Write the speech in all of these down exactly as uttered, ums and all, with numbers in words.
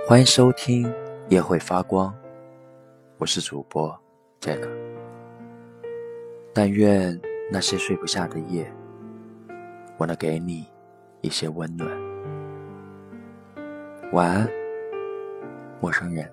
欢迎收听夜会发光，我是主播 Jack。 但愿那些睡不下的夜，我能给你一些温暖。晚安，陌生人。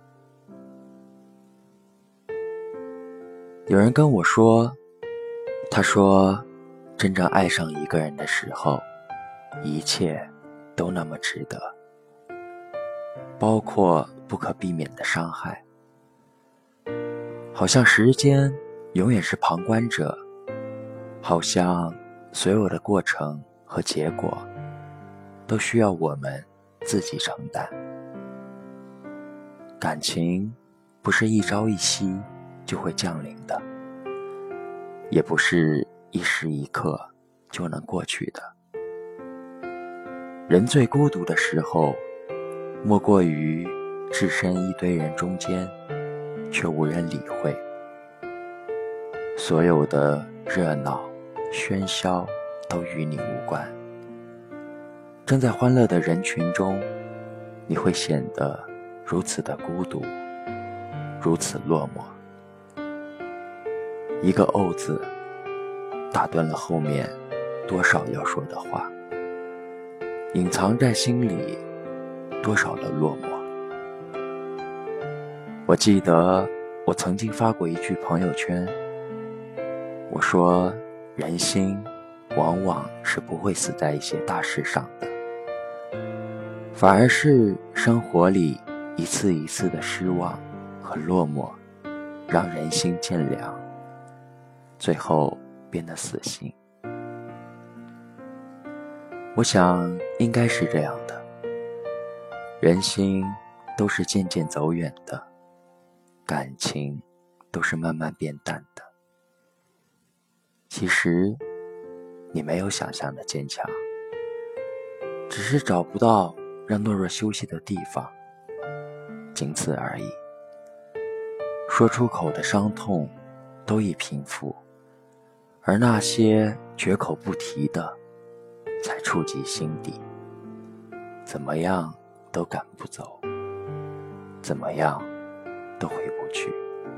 有人跟我说，他说真正爱上一个人的时候，一切都那么值得，包括不可避免的伤害。好像时间永远是旁观者，好像所有的过程和结果都需要我们自己承担。感情不是一朝一夕就会降临的，也不是一时一刻就能过去的。人最孤独的时候，莫过于置身一堆人中间，却无人理会。所有的热闹喧嚣都与你无关。正在欢乐的人群中，你会显得如此的孤独，如此落寞。一个“哦”字打断了后面多少要说的话，隐藏在心里多少的落寞。我记得我曾经发过一句朋友圈，我说人心往往是不会死在一些大事上的，反而是生活里一次一次的失望和落寞，让人心渐凉，最后变得死心。我想应该是这样的，人心都是渐渐走远的，感情都是慢慢变淡的。其实你没有想象的坚强，只是找不到让懦弱休息的地方，仅此而已。说出口的伤痛都已平复，而那些绝口不提的才触及心底，怎么样都赶不走，怎么样都回不去。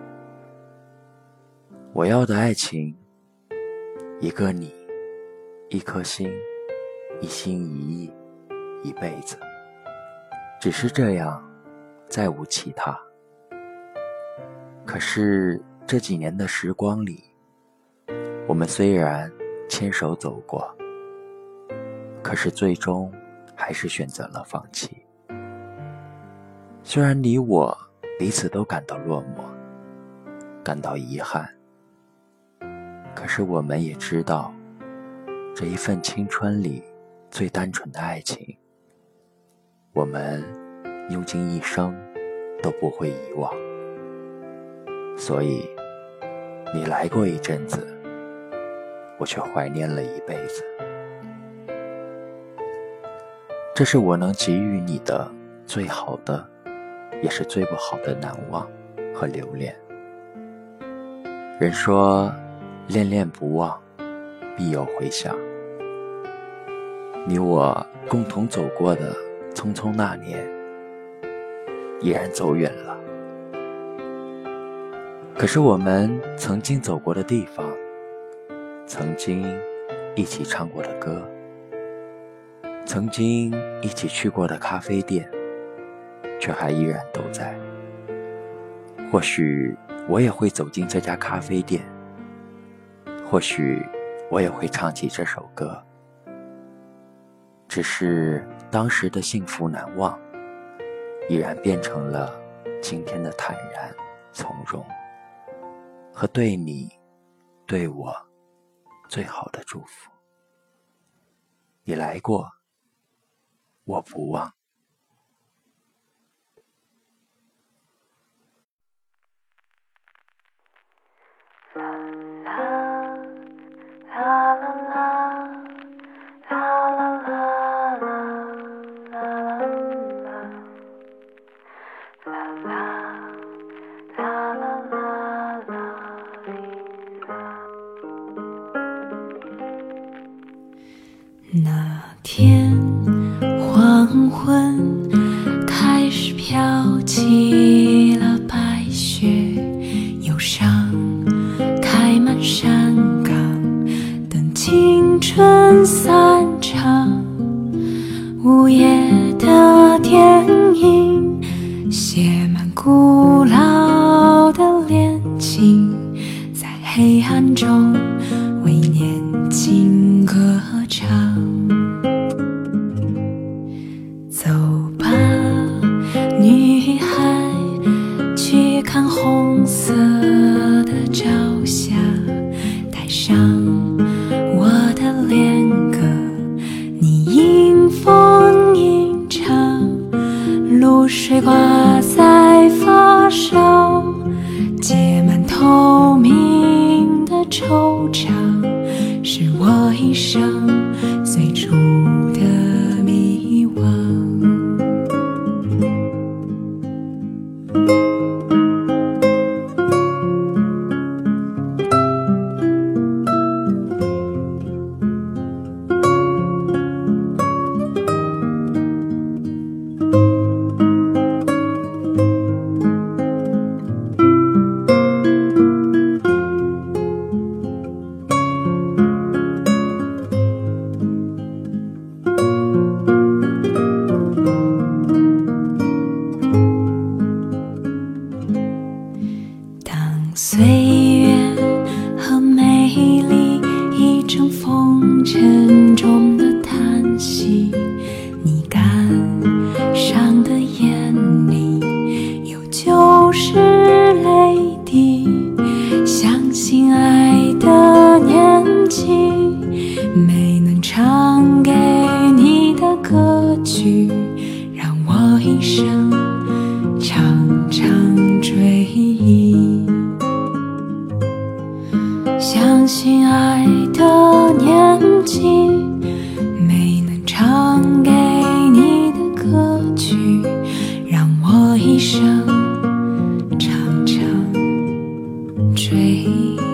我要的爱情，一个你，一颗心，一心一意，一辈子，只是这样，再无其他。可是这几年的时光里，我们虽然牵手走过，可是最终还是选择了放弃。虽然你我彼此都感到落寞，感到遗憾，可是我们也知道，这一份青春里最单纯的爱情，我们用尽一生都不会遗忘。所以你来过一阵子，我却怀念了一辈子。这是我能给予你的最好的，也是最不好的难忘和留恋。人说恋恋不忘，必有回响。你我共同走过的匆匆那年，已然走远了。可是我们曾经走过的地方，曾经一起唱过的歌，曾经一起去过的咖啡店，却还依然都在。或许我也会走进这家咖啡店，或许我也会唱起这首歌，只是当时的幸福难忘，已然变成了今天的坦然从容，和对你对我最好的祝福。你来过，我不忘。 那天黄昏开始起了白雪，忧伤开满山岗，等青春散场。午夜的电影写满古老的恋情，在黑暗中为年轻歌唱。走吧，女孩，去看红色的朝霞，带上我的恋歌，你迎风吟唱，露水挂在发梢，结满透明的惆怅，是我一生最初的迷惘。岁月和美丽已成风尘中的叹息，你感伤的眼里有旧时泪滴，相信爱的年纪，没能唱给你的歌曲，让我一生常常追忆。相信爱的年纪，没能唱给你的歌曲，让我一生常常追忆。